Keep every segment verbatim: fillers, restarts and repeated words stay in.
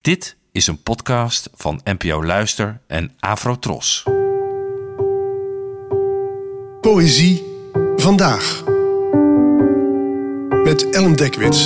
Dit is een podcast van N P O Luister en Afrotros. Poëzie vandaag. Met Ellen Dekwits.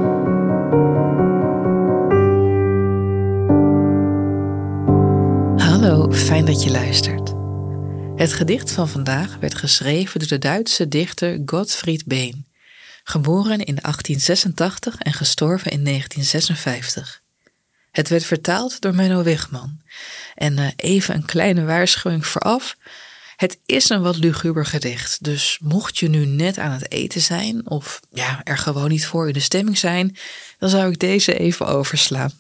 Hallo, fijn dat je luistert. Het gedicht van vandaag werd geschreven door de Duitse dichter Gottfried Benn, geboren in achttien zesentachtig en gestorven in negentien zesenvijftig. Het werd vertaald door Menno Wichmann. En uh, even een kleine waarschuwing vooraf. Het is een wat luguber gedicht, dus mocht je nu net aan het eten zijn of ja, er gewoon niet voor in de stemming zijn, dan zou ik deze even overslaan.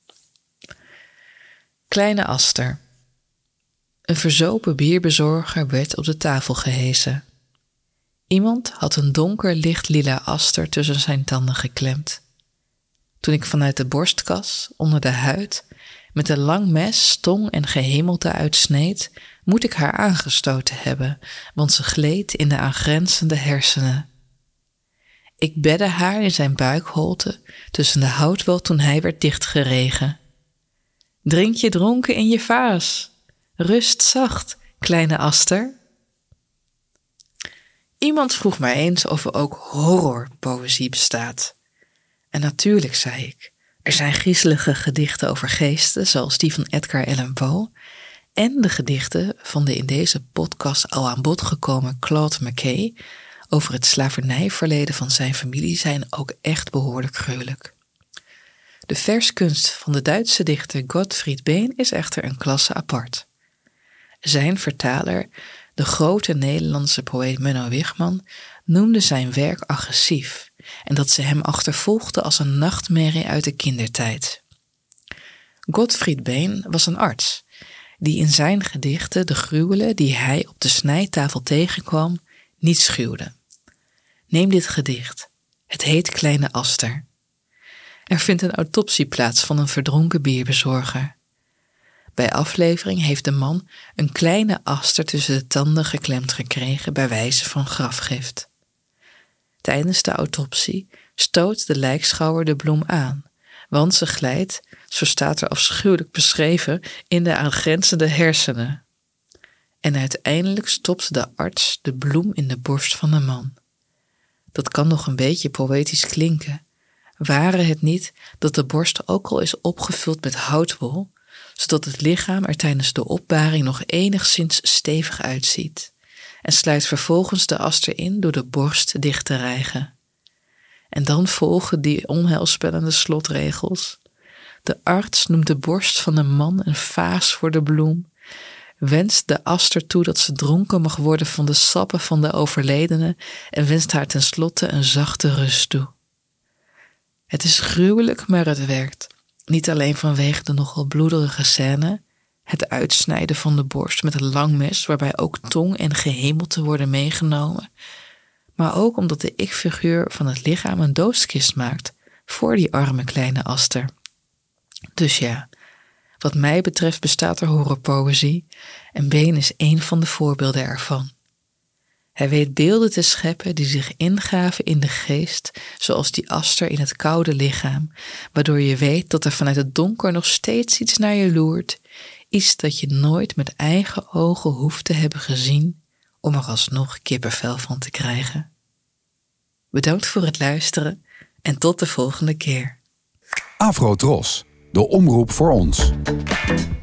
Kleine Aster. Een verzopen bierbezorger werd op de tafel gehesen. Iemand had een donker lichtlila aster tussen zijn tanden geklemd. Toen ik vanuit de borstkas, onder de huid, met een lang mes tong en gehemelte uitsneed, moet ik haar aangestoten hebben, want ze gleed in de aangrenzende hersenen. Ik bedde haar in zijn buikholte tussen de houtwel toen hij werd dichtgeregen. Drink je dronken in je vaas. Rust zacht, kleine Aster. Iemand vroeg mij eens of er ook horrorpoëzie bestaat. En natuurlijk, zei ik, er zijn griezelige gedichten over geesten, zoals die van Edgar Allan Poe, en de gedichten van de in deze podcast al aan bod gekomen Claude McKay over het slavernijverleden van zijn familie zijn ook echt behoorlijk gruwelijk. De verskunst van de Duitse dichter Gottfried Benn is echter een klasse apart. Zijn vertaler, de grote Nederlandse poëet Menno Wichmann, noemde zijn werk agressief en dat ze hem achtervolgde als een nachtmerrie uit de kindertijd. Gottfried Benn was een arts, die in zijn gedichten de gruwelen die hij op de snijtafel tegenkwam niet schuwde. Neem dit gedicht. Het heet Kleine Aster. Er vindt een autopsie plaats van een verdronken bierbezorger. Bij aflevering heeft de man een kleine aster tussen de tanden geklemd gekregen bij wijze van grafgift. Tijdens de autopsie stoot de lijkschouwer de bloem aan, want ze glijdt, zo staat er afschuwelijk beschreven, in de aangrenzende hersenen. En uiteindelijk stopt de arts de bloem in de borst van de man. Dat kan nog een beetje poëtisch klinken, ware het niet dat de borst ook al is opgevuld met houtwol, zodat het lichaam er tijdens de opbaring nog enigszins stevig uitziet, en sluit vervolgens de aster in door de borst dicht te rijgen. En dan volgen die onheilspellende slotregels. De arts noemt de borst van de man een vaas voor de bloem, wenst de aster toe dat ze dronken mag worden van de sappen van de overledene en wenst haar tenslotte een zachte rust toe. Het is gruwelijk, maar het werkt. Niet alleen vanwege de nogal bloederige scène, het uitsnijden van de borst met een lang mes waarbij ook tong en gehemelte worden meegenomen, maar ook omdat de ik-figuur van het lichaam een doodskist maakt voor die arme kleine aster. Dus ja, wat mij betreft bestaat er horrorpoëzie en Benn is één van de voorbeelden ervan. Hij weet beelden te scheppen die zich ingraven in de geest, zoals die aster in het koude lichaam, waardoor je weet dat er vanuit het donker nog steeds iets naar je loert, iets dat je nooit met eigen ogen hoeft te hebben gezien om er alsnog kippenvel van te krijgen. Bedankt voor het luisteren en tot de volgende keer. Afrotros, de omroep voor ons.